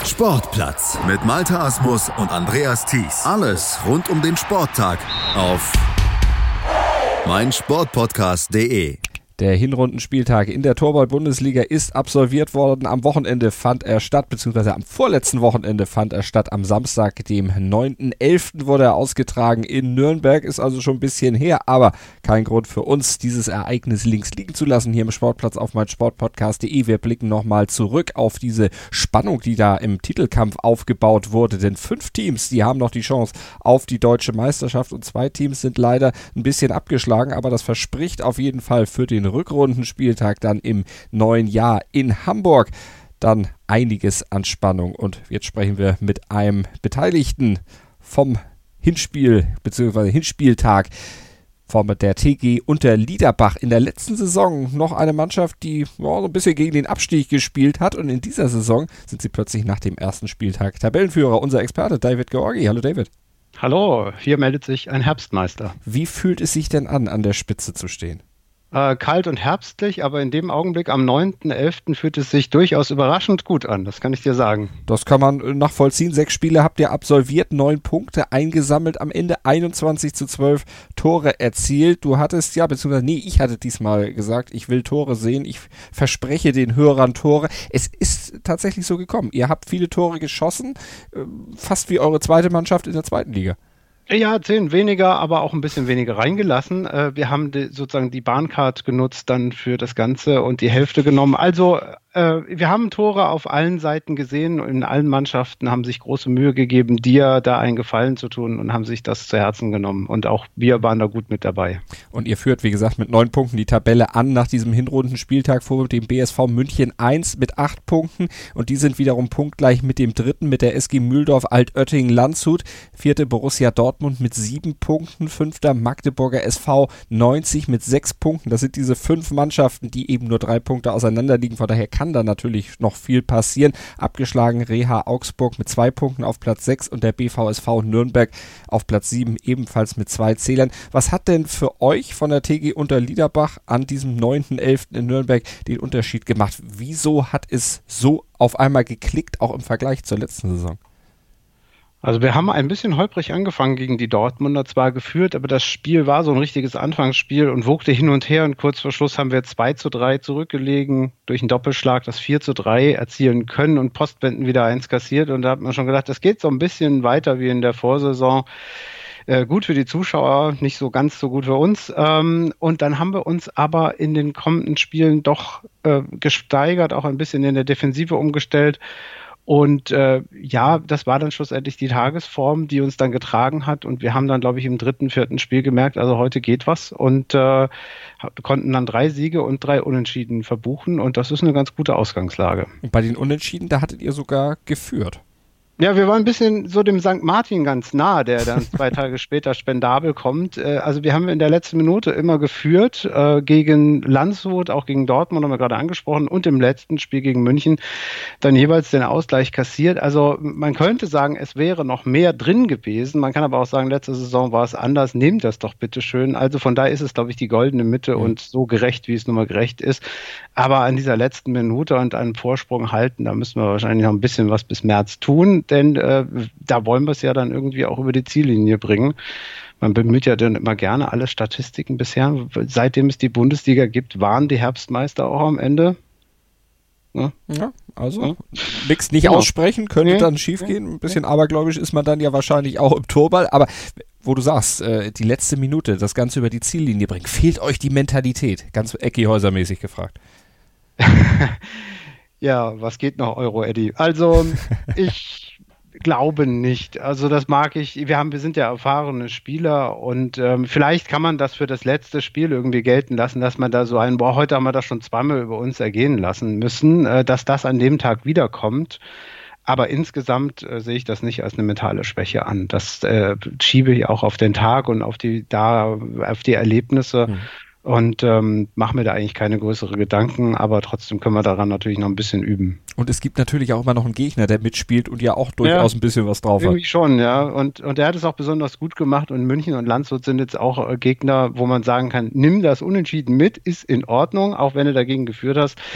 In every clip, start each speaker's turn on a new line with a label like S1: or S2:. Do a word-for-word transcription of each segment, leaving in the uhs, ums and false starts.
S1: Sportplatz mit Malte Asmus und Andreas Thies. Alles rund um den Sporttag auf meinsportpodcast punkt de.
S2: Der Hinrundenspieltag in der Torball-Bundesliga ist absolviert worden. Am Wochenende fand er statt, beziehungsweise am vorletzten Wochenende fand er statt. Am Samstag, dem neunten elften wurde er ausgetragen in Nürnberg. Ist also schon ein bisschen her, aber kein Grund für uns, dieses Ereignis links liegen zu lassen hier im Sportplatz auf meinsportpodcast punkt de. Wir blicken nochmal zurück auf diese Spannung, die da im Titelkampf aufgebaut wurde. Denn fünf Teams, die haben noch die Chance auf die deutsche Meisterschaft und zwei Teams sind leider ein bisschen abgeschlagen, aber das verspricht auf jeden Fall für den Rückrundenspieltag dann im neuen Jahr in Hamburg dann einiges an Spannung. Und jetzt sprechen wir mit einem Beteiligten vom Hinspiel bzw. Hinspieltag von der T G Unterliederbach. In der letzten Saison noch eine Mannschaft, die ja, so ein bisschen gegen den Abstieg gespielt hat, und in dieser Saison sind sie plötzlich nach dem ersten Spieltag Tabellenführer. Unser Experte David Georgi. Hallo David.
S3: Hallo, hier meldet sich ein Herbstmeister.
S2: Wie fühlt es sich denn an, an der Spitze zu stehen?
S3: Äh, kalt und herbstlich, aber in dem Augenblick am neunten elften fühlt es sich durchaus überraschend gut an, das kann ich dir sagen.
S2: Das kann man nachvollziehen. Sechs Spiele habt ihr absolviert, neun Punkte eingesammelt, am Ende einundzwanzig zu zwölf Tore erzielt. Du hattest ja, beziehungsweise nee, ich hatte diesmal gesagt, ich will Tore sehen, ich verspreche den Hörern Tore. Es ist tatsächlich so gekommen. Ihr habt viele Tore geschossen, fast wie eure zweite Mannschaft in der zweiten Liga.
S3: Ja, zehn weniger, aber auch ein bisschen weniger reingelassen. Wir haben die, sozusagen die Bahncard genutzt dann für das Ganze und die Hälfte genommen. Also äh, wir haben Tore auf allen Seiten gesehen. In allen Mannschaften haben sich große Mühe gegeben, dir da einen Gefallen zu tun und haben sich das zu Herzen genommen. Und auch wir waren da gut mit dabei.
S2: Und ihr führt, wie gesagt, mit neun Punkten die Tabelle an nach diesem Hinrundenspieltag vor dem B S V München eins mit acht Punkten. Und die sind wiederum punktgleich mit dem dritten, mit der S G Mühldorf Altötting Landshut. Vierte Borussia Dortmund mit sieben Punkten, fünfter Magdeburger S V neunzig mit sechs Punkten. Das sind diese fünf Mannschaften, die eben nur drei Punkte auseinander liegen. Von daher kann da natürlich noch viel passieren. Abgeschlagen Reha Augsburg mit zwei Punkten auf Platz sechs und der B V S V Nürnberg auf Platz sieben ebenfalls mit zwei Zählern. Was hat denn für euch von der T G Unterliederbach an diesem neunten elften in Nürnberg den Unterschied gemacht? Wieso hat es so auf einmal geklickt, auch im Vergleich zur letzten Saison?
S3: Also wir haben ein bisschen holprig angefangen gegen die Dortmunder, zwar geführt, aber das Spiel war so ein richtiges Anfangsspiel und wogte hin und her, und kurz vor Schluss haben wir zwei zu drei zurückgelegen, durch einen Doppelschlag das vier zu drei erzielen können und postwendend wieder eins kassiert, und da hat man schon gedacht, das geht so ein bisschen weiter wie in der Vorsaison. Äh, gut für die Zuschauer, nicht so ganz so gut für uns. Ähm, und dann haben wir uns aber in den kommenden Spielen doch äh, gesteigert, auch ein bisschen in der Defensive umgestellt. Und äh, ja, das war dann schlussendlich die Tagesform, die uns dann getragen hat. Und wir haben dann, glaube ich, im dritten, vierten Spiel gemerkt, also heute geht was. Und äh, konnten dann drei Siege und drei Unentschieden verbuchen. Und das ist eine ganz gute Ausgangslage.
S2: Und bei den Unentschieden, da hattet ihr sogar geführt.
S3: Ja, wir waren ein bisschen so dem Sankt Martin ganz nah, der dann zwei Tage später spendabel kommt. Also wir haben in der letzten Minute immer geführt, äh, gegen Landshut, auch gegen Dortmund, haben wir gerade angesprochen, und im letzten Spiel gegen München dann jeweils den Ausgleich kassiert. Also man könnte sagen, es wäre noch mehr drin gewesen. Man kann aber auch sagen, letzte Saison war es anders. Nehmt das doch bitteschön. Also von daher ist es, glaube ich, die goldene Mitte, mhm, und so gerecht, wie es nun mal gerecht ist. Aber an dieser letzten Minute und einen Vorsprung halten, da müssen wir wahrscheinlich noch ein bisschen was bis März tun. Denn äh, da wollen wir es ja dann irgendwie auch über die Ziellinie bringen. Man bemüht ja dann immer gerne alle Statistiken bisher. Seitdem es die Bundesliga gibt, waren die Herbstmeister auch am Ende.
S2: Ja, ja, also ja. Nichts nicht genau aussprechen, könnte nee. dann schief gehen. Ein bisschen abergläubisch ist man dann ja wahrscheinlich auch im Torball. Aber wo du sagst, äh, die letzte Minute, das Ganze über die Ziellinie bringen, fehlt euch die Mentalität? Ganz Ecki-Häuser-mäßig gefragt.
S3: Ja, was geht noch, Euro-Eddy? Also ich glaube nicht. Also das mag ich. Wir haben, wir sind ja erfahrene Spieler, und ähm, vielleicht kann man das für das letzte Spiel irgendwie gelten lassen, dass man da so einen, boah, heute haben wir das schon zweimal über uns ergehen lassen müssen, äh, dass das an dem Tag wiederkommt. Aber insgesamt äh, sehe ich das nicht als eine mentale Schwäche an. Das äh, schiebe ich auch auf den Tag und auf die da auf die Erlebnisse. Mhm. Und ähm, mache mir da eigentlich keine größeren Gedanken, aber trotzdem können wir daran natürlich noch ein bisschen üben.
S2: Und es gibt natürlich auch immer noch einen Gegner, der mitspielt und ja auch durchaus ja, ein bisschen was drauf hat.
S3: Irgendwie schon, ja. Und, und der hat es auch besonders gut gemacht, und München und Landshut sind jetzt auch äh, Gegner, wo man sagen kann, nimm das Unentschieden mit, ist in Ordnung, auch wenn du dagegen geführt hast. Hm.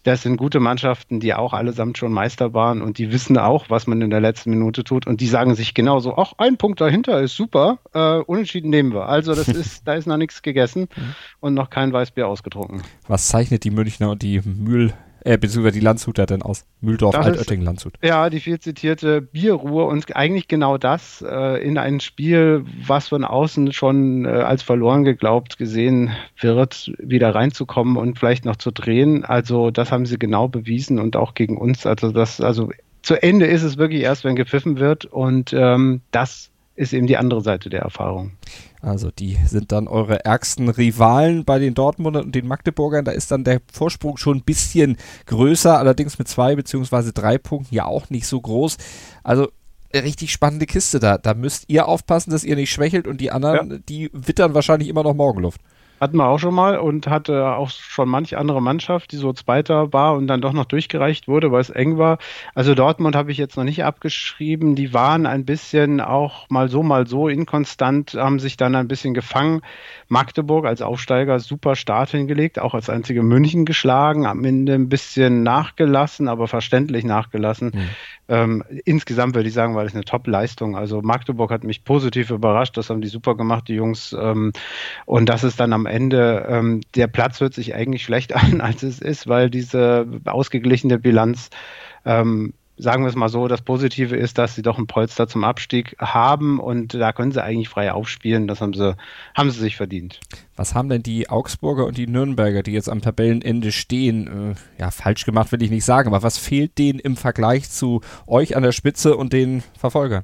S3: Das sind gute Mannschaften, die auch allesamt schon Meister waren und die wissen auch, was man in der letzten Minute tut und die sagen sich genauso, ach, ein Punkt dahinter ist super, äh, unentschieden nehmen wir. Also das ist, da ist noch nichts gegessen und noch kein Weißbier ausgetrunken.
S2: Was zeichnet die Münchner und die Mühl, äh, beziehungsweise die Landshuter denn aus? Mühldorf, Altötting, Landshut.
S3: Ja, die viel zitierte Bierruhe und eigentlich genau das äh, in ein Spiel, was von außen schon äh, als verloren geglaubt gesehen wird, wieder reinzukommen und vielleicht noch zu drehen. Also das haben sie genau bewiesen und auch gegen uns. Also das, also zu Ende ist es wirklich erst, wenn gepfiffen wird und ähm, das ist eben die andere Seite der Erfahrung.
S2: Also die sind dann eure ärgsten Rivalen bei den Dortmundern und den Magdeburgern. Da ist dann der Vorsprung schon ein bisschen größer, allerdings mit zwei beziehungsweise drei Punkten ja auch nicht so groß. Also richtig spannende Kiste da. Da müsst ihr aufpassen, dass ihr nicht schwächelt und die anderen, ja. die wittern wahrscheinlich immer noch Morgenluft.
S3: Hatten wir auch schon mal und hatte auch schon manch andere Mannschaft, die so Zweiter war und dann doch noch durchgereicht wurde, weil es eng war. Also Dortmund habe ich jetzt noch nicht abgeschrieben. Die waren ein bisschen auch mal so, mal so inkonstant, haben sich dann ein bisschen gefangen. Magdeburg als Aufsteiger super Start hingelegt, auch als einzige München geschlagen, am Ende ein bisschen nachgelassen, aber verständlich nachgelassen. Mhm. Ähm, insgesamt würde ich sagen, war das eine Top-Leistung. Also Magdeburg hat mich positiv überrascht, das haben die super gemacht, die Jungs. Ähm, und das ist dann am Ende, ähm, der Platz hört sich eigentlich schlecht an, als es ist, weil diese ausgeglichene Bilanz, ähm, sagen wir es mal so, das Positive ist, dass sie doch ein Polster zum Abstieg haben und da können sie eigentlich frei aufspielen. Das haben sie, haben sie sich verdient.
S2: Was haben denn die Augsburger und die Nürnberger, die jetzt am Tabellenende stehen, äh, ja, falsch gemacht will ich nicht sagen, aber was fehlt denen im Vergleich zu euch an der Spitze und den Verfolgern?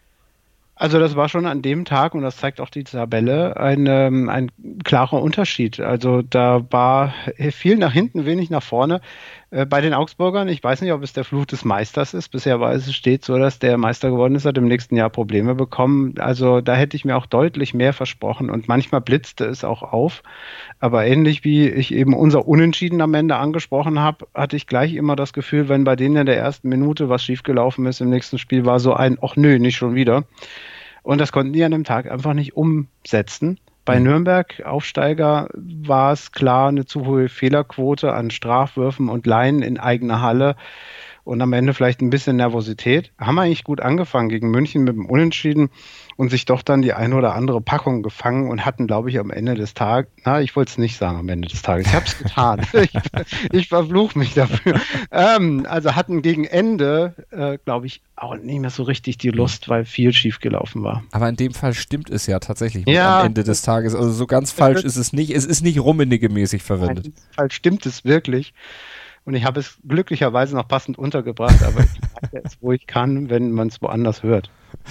S3: Also das war schon an dem Tag, und das zeigt auch die Tabelle, ein, ähm, ein klarer Unterschied. Also da war viel nach hinten, wenig nach vorne. Äh, bei den Augsburgern, ich weiß nicht, ob es der Fluch des Meisters ist. Bisher war es steht so, dass der Meister geworden ist, hat im nächsten Jahr Probleme bekommen. Also da hätte ich mir auch deutlich mehr versprochen und manchmal blitzte es auch auf. Aber ähnlich wie ich eben unser Unentschieden am Ende angesprochen habe, hatte ich gleich immer das Gefühl, wenn bei denen in der ersten Minute was schiefgelaufen ist im nächsten Spiel, war so ein, ach nö, nicht schon wieder. Und das konnten die an dem Tag einfach nicht umsetzen. Bei Nürnberg, Aufsteiger, war es klar eine zu hohe Fehlerquote an Strafwürfen und Laien in eigener Halle und am Ende vielleicht ein bisschen Nervosität. Haben eigentlich gut angefangen gegen München mit dem Unentschieden und sich doch dann die eine oder andere Packung gefangen und hatten, glaube ich, am Ende des Tages, na, ich wollte es nicht sagen am Ende des Tages, ich habe es getan. ich, ich verfluche mich dafür. Ähm, also hatten gegen Ende, äh, glaube ich, auch nicht mehr so richtig die Lust, weil viel schief gelaufen war.
S2: Aber in dem Fall stimmt es ja tatsächlich
S3: ja,
S2: am Ende des Tages. Also so ganz falsch ist es nicht. Es ist nicht Rummenigge-mäßig verwendet.
S3: In diesem Fall stimmt es wirklich. Und ich habe es glücklicherweise noch passend untergebracht, aber ich sage es, wo ich kann, wenn man es woanders hört.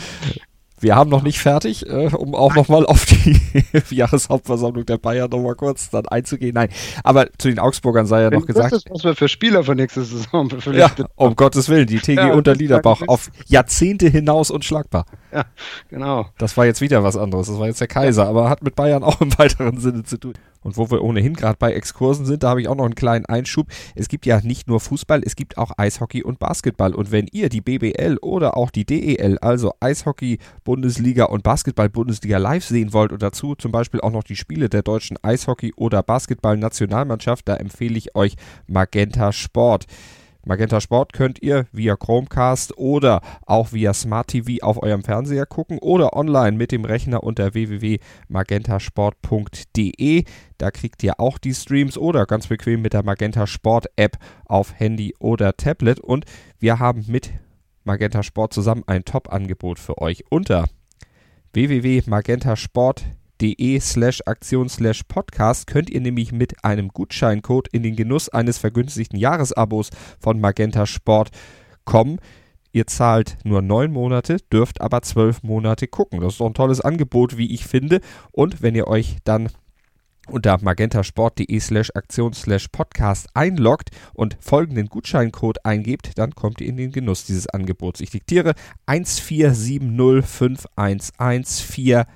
S2: Wir haben noch nicht fertig, äh, um auch nochmal auf die Jahreshauptversammlung der Bayern nochmal kurz dann einzugehen. Nein, aber zu den Augsburgern sei ja
S3: Wenn
S2: noch gesagt.
S3: Das ist, was wir für Spieler für nächste Saison
S2: verpflichtet. Ja, um Gottes Willen, die T G
S3: ja,
S2: Unterliederbach auf Jahrzehnte hinaus unschlagbar.
S3: Ja, genau.
S2: Das war jetzt wieder was anderes, das war jetzt der Kaiser, ja. Aber hat mit Bayern auch im weiteren Sinne zu tun. Und wo wir ohnehin gerade bei Exkursen sind, da habe ich auch noch einen kleinen Einschub. Es gibt ja nicht nur Fußball, es gibt auch Eishockey und Basketball. Und wenn ihr die B B L oder auch die D E L, also Eishockey, Bundesliga und Basketball-Bundesliga live sehen wollt und dazu zum Beispiel auch noch die Spiele der deutschen Eishockey- oder Basketball-Nationalmannschaft, da empfehle ich euch Magenta Sport. Magenta Sport könnt ihr via Chromecast oder auch via Smart T V auf eurem Fernseher gucken oder online mit dem Rechner unter w w w punkt magentasport punkt d e. Da kriegt ihr auch die Streams oder ganz bequem mit der Magenta Sport App auf Handy oder Tablet. Und wir haben mit Magenta Sport zusammen ein Top-Angebot für euch. Unter w w w punkt magentasport punkt de slash Aktion slash Podcast könnt ihr nämlich mit einem Gutscheincode in den Genuss eines vergünstigten Jahresabos von Magenta Sport kommen. Ihr zahlt nur neun Monate, dürft aber zwölf Monate gucken. Das ist doch ein tolles Angebot, wie ich finde. Und wenn ihr euch dann unter magentasport.de slash Aktion slash Podcast einloggt und folgenden Gutscheincode eingebt, dann kommt ihr in den Genuss dieses Angebots. Ich diktiere eins vier sieben null fünf eins eins vier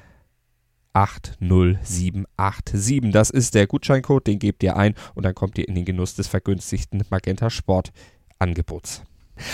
S2: acht null sieben acht sieben. Das ist der Gutscheincode, den gebt ihr ein und dann kommt ihr in den Genuss des vergünstigten Magenta Sport Angebots. Aber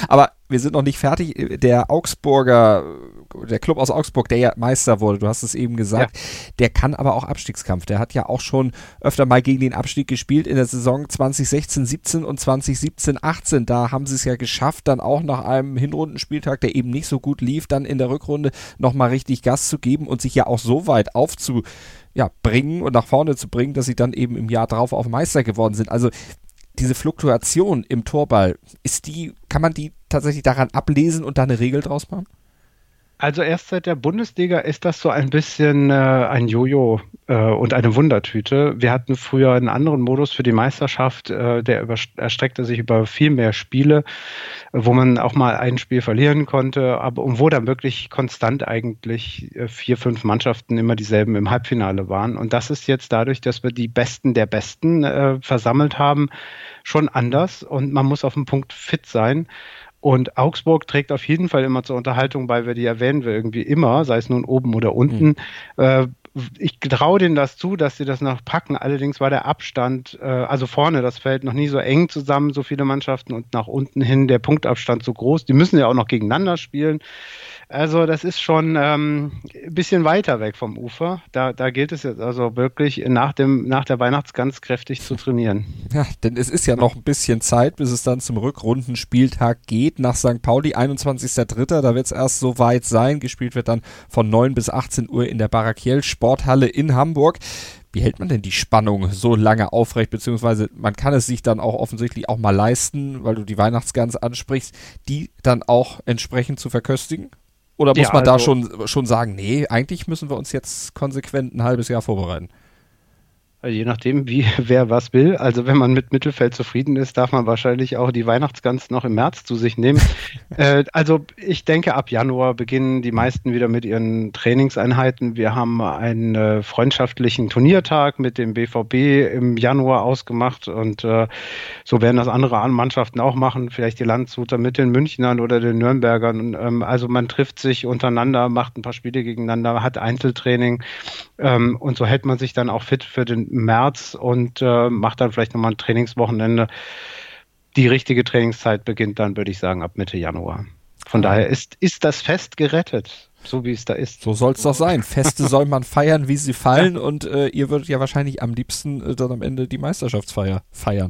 S2: wir sind noch nicht fertig. Der Augsburger, der Club aus Augsburg, der ja Meister wurde, du hast es eben gesagt, ja. Der kann aber auch Abstiegskampf. Der hat ja auch schon öfter mal gegen den Abstieg gespielt in der Saison zwanzig sechzehn siebzehn und zwanzig siebzehn achtzehn. Da haben sie es ja geschafft, dann auch nach einem Hinrundenspieltag, der eben nicht so gut lief, dann in der Rückrunde nochmal richtig Gas zu geben und sich ja auch so weit aufzu, ja, bringen und nach vorne zu bringen, dass sie dann eben im Jahr drauf auch Meister geworden sind. Also diese Fluktuation im Torball, ist die, kann man die tatsächlich daran ablesen und da eine Regel draus machen?
S3: Also erst seit der Bundesliga ist das so ein bisschen äh, ein Jojo äh, und eine Wundertüte. Wir hatten früher einen anderen Modus für die Meisterschaft, äh, der über, erstreckte sich über viel mehr Spiele, wo man auch mal ein Spiel verlieren konnte, aber und wo dann wirklich konstant eigentlich äh, vier, fünf Mannschaften immer dieselben im Halbfinale waren. Und das ist jetzt dadurch, dass wir die Besten der Besten äh, versammelt haben, schon anders und man muss auf den Punkt fit sein. Und Augsburg trägt auf jeden Fall immer zur Unterhaltung bei, wer die erwähnen will, irgendwie immer, sei es nun oben oder unten. Mhm. Äh, ich traue denen das zu, dass sie das noch packen. Allerdings war der Abstand, äh, also vorne das Feld noch nie so eng zusammen, so viele Mannschaften und nach unten hin der Punktabstand so groß. Die müssen ja auch noch gegeneinander spielen. Also das ist schon ähm, ein bisschen weiter weg vom Ufer. Da, da gilt es jetzt also wirklich nach, dem, nach der Weihnachtsgans kräftig zu trainieren.
S2: Ja, denn es ist ja noch ein bisschen Zeit, bis es dann zum Rückrundenspieltag geht nach Sankt Pauli, einundzwanzigster dritter Da wird es erst so weit sein. Gespielt wird dann von neun bis achtzehn Uhr in der Barakiel Sporthalle in Hamburg. Wie hält man denn die Spannung so lange aufrecht, beziehungsweise man kann es sich dann auch offensichtlich auch mal leisten, weil du die Weihnachtsgans ansprichst, die dann auch entsprechend zu verköstigen? Oder muss ja, man also, da schon, schon sagen, nee, eigentlich müssen wir uns jetzt konsequent ein halbes Jahr vorbereiten?
S3: Je nachdem, wie wer was will. Also wenn man mit Mittelfeld zufrieden ist, darf man wahrscheinlich auch die Weihnachtsgans noch im März zu sich nehmen. äh, also ich denke, ab Januar beginnen die meisten wieder mit ihren Trainingseinheiten. Wir haben einen äh, freundschaftlichen Turniertag mit dem B V B im Januar ausgemacht und äh, so werden das andere Mannschaften auch machen, vielleicht die Landshuter mit den Münchnern oder den Nürnbergern. Ähm, also man trifft sich untereinander, macht ein paar Spiele gegeneinander, hat Einzeltraining ähm, und so hält man sich dann auch fit für den März und äh, macht dann vielleicht nochmal ein Trainingswochenende. Die richtige Trainingszeit beginnt dann, würde ich sagen, ab Mitte Januar. Von ah. daher ist, ist das Fest gerettet, so wie es da ist.
S2: So soll es doch sein. Feste soll man feiern, wie sie fallen ja. und äh, ihr würdet ja wahrscheinlich am liebsten äh, dann am Ende die Meisterschaftsfeier feiern.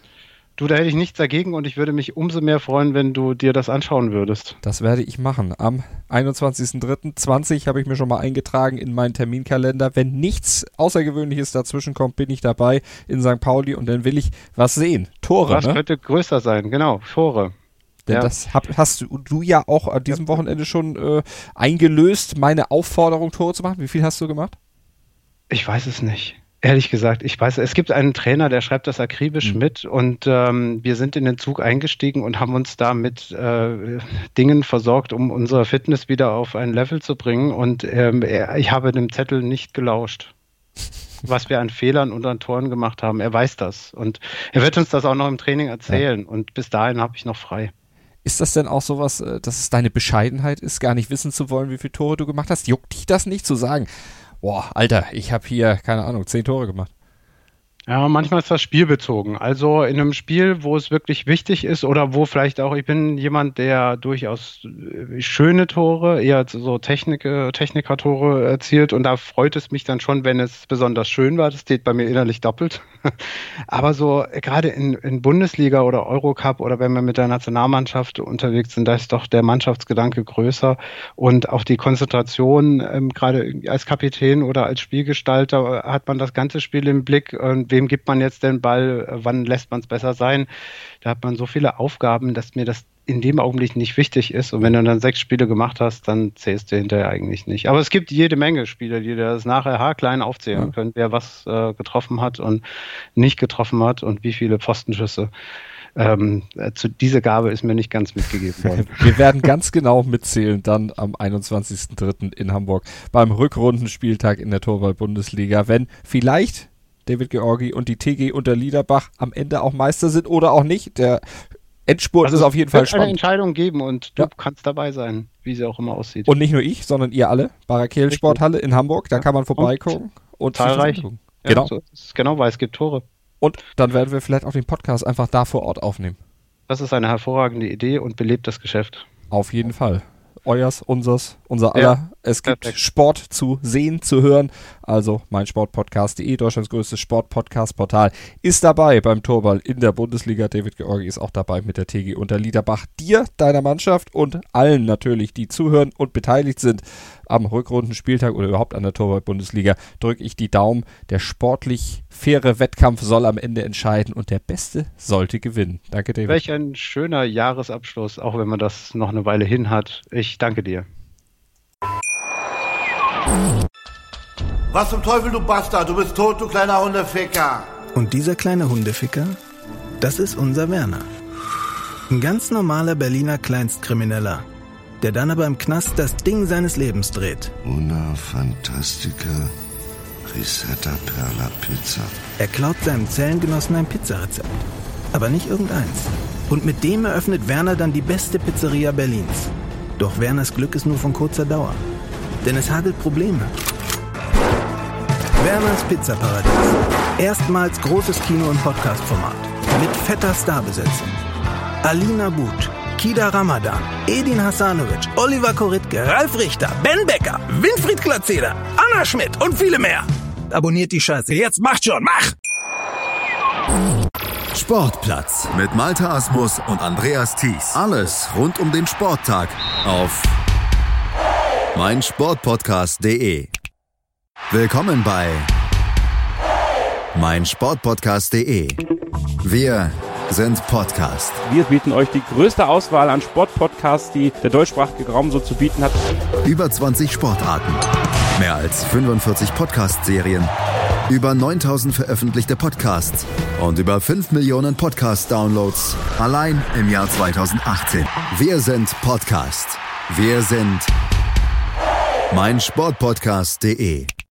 S3: Du, da hätte ich nichts dagegen und ich würde mich umso mehr freuen, wenn du dir das anschauen würdest.
S2: Das werde ich machen. Am einundzwanzigster dritter zwanzig habe ich mir schon mal eingetragen in meinen Terminkalender. Wenn nichts Außergewöhnliches dazwischen kommt, bin ich dabei in Sankt Pauli und dann will ich was sehen. Tore,
S3: Was
S2: ne?
S3: könnte größer sein, genau, Tore.
S2: Denn ja. das hab, hast du, du ja auch an diesem ja. Wochenende schon äh, eingelöst, meine Aufforderung, Tore zu machen. Wie viel hast du gemacht?
S3: Ich weiß es nicht. Ehrlich gesagt, ich weiß, es gibt einen Trainer, der schreibt das akribisch mhm. mit und ähm, wir sind in den Zug eingestiegen und haben uns da mit äh, Dingen versorgt, um unsere Fitness wieder auf ein Level zu bringen und ähm, ich habe dem Zettel nicht gelauscht, was wir an Fehlern und an Toren gemacht haben. Er weiß das und er wird uns das auch noch im Training erzählen ja. und bis dahin habe ich noch frei.
S2: Ist das denn auch sowas, dass es deine Bescheidenheit ist, gar nicht wissen zu wollen, wie viele Tore du gemacht hast? Juckt dich das nicht zu sagen? Boah, Alter, ich habe hier, keine Ahnung, zehn Tore gemacht.
S3: Ja, manchmal ist das spielbezogen. Also in einem Spiel, wo es wirklich wichtig ist oder wo vielleicht auch, ich bin jemand, der durchaus schöne Tore, eher so Technik, Techniker-Tore erzielt und da freut es mich dann schon, wenn es besonders schön war. Das steht bei mir innerlich doppelt. Aber so gerade in, in Bundesliga oder Eurocup oder wenn wir mit der Nationalmannschaft unterwegs sind, da ist doch der Mannschaftsgedanke größer und auch die Konzentration, ähm, gerade als Kapitän oder als Spielgestalter hat man das ganze Spiel im Blick und wem gibt man jetzt den Ball, wann lässt man es besser sein? Da hat man so viele Aufgaben, dass mir das in dem Augenblick nicht wichtig ist. Und wenn du dann sechs Spiele gemacht hast, dann zählst du hinterher eigentlich nicht. Aber es gibt jede Menge Spieler, die das nachher haarklein aufzählen ja. können, wer was äh, getroffen hat und nicht getroffen hat und wie viele Pfostenschüsse. Ähm, zu, diese Gabe ist mir nicht ganz mitgegeben worden.
S2: Wir werden ganz genau mitzählen dann am einundzwanzigster dritter in Hamburg beim Rückrundenspieltag in der Torwart-Bundesliga, wenn vielleicht David Georgi und die T G unter Liederbach am Ende auch Meister sind oder auch nicht. Der Endspurt also ist auf jeden Fall spannend.
S3: Es wird eine Entscheidung geben und du ja. kannst dabei sein, wie sie auch immer aussieht.
S2: Und nicht nur ich, sondern ihr alle. Barakiel Sporthalle in Hamburg, da ja. kann man vorbeigucken. Und,
S3: und zahlreich.
S2: Ja, genau.
S3: So ist es genau, weil es gibt Tore.
S2: Und dann werden wir vielleicht auch den Podcast einfach da vor Ort aufnehmen.
S3: Das ist eine hervorragende Idee und belebt das Geschäft.
S2: Auf jeden Fall. Euers, unsers, unser aller.
S3: Ja,
S2: es gibt
S3: perfekt.
S2: Sport zu sehen, zu hören. Also meinsportpodcast punkt de, Deutschlands größtes Sport-Podcast-Portal, ist dabei beim Torball in der Bundesliga. David Georgi ist auch dabei mit der T G Unterliederbach. Dir, deiner Mannschaft und allen natürlich, die zuhören und beteiligt sind am Rückrundenspieltag oder überhaupt an der Torball-Bundesliga, drücke ich die Daumen. Der sportlich faire Wettkampf soll am Ende entscheiden und der Beste sollte gewinnen. Danke, David.
S3: Welch ein schöner Jahresabschluss, auch wenn man das noch eine Weile hin hat. Ich danke dir.
S4: Was zum Teufel, du Bastard? Du bist tot, du kleiner Hundeficker.
S5: Und dieser kleine Hundeficker, das ist unser Werner. Ein ganz normaler Berliner Kleinstkrimineller, der dann aber im Knast das Ding seines Lebens dreht.
S6: Una Fantastica Risetta Perla Pizza.
S5: Er klaut seinem Zellengenossen ein Pizzarezept, aber nicht irgendeins. Und mit dem eröffnet Werner dann die beste Pizzeria Berlins. Doch Werners Glück ist nur von kurzer Dauer, denn es hagelt Probleme. Werners Pizzaparadies. Erstmals großes Kino- und Podcast-Format. Mit fetter Starbesetzung. Alina But, Kida Ramadan, Edin Hasanovic, Oliver Koritke, Ralf Richter, Ben Becker, Winfried Glatzeder, Anna Schmidt und viele mehr. Abonniert die Scheiße. Jetzt macht schon, mach!
S1: Sportplatz mit Malte Asmus und Andreas Thies. Alles rund um den Sporttag auf meinsportpodcast punkt de. Willkommen bei meinsportpodcast punkt de. Wir sind Podcast.
S7: Wir bieten euch die größte Auswahl an Sportpodcasts, die der deutschsprachige Raum so zu bieten hat.
S1: Über zwanzig Sportarten, mehr als fünfundvierzig Podcast-Serien, über neuntausend veröffentlichte Podcasts und über fünf Millionen Podcast-Downloads allein im Jahr zweitausendachtzehn. Wir sind Podcast. Wir sind meinsportpodcast punkt de.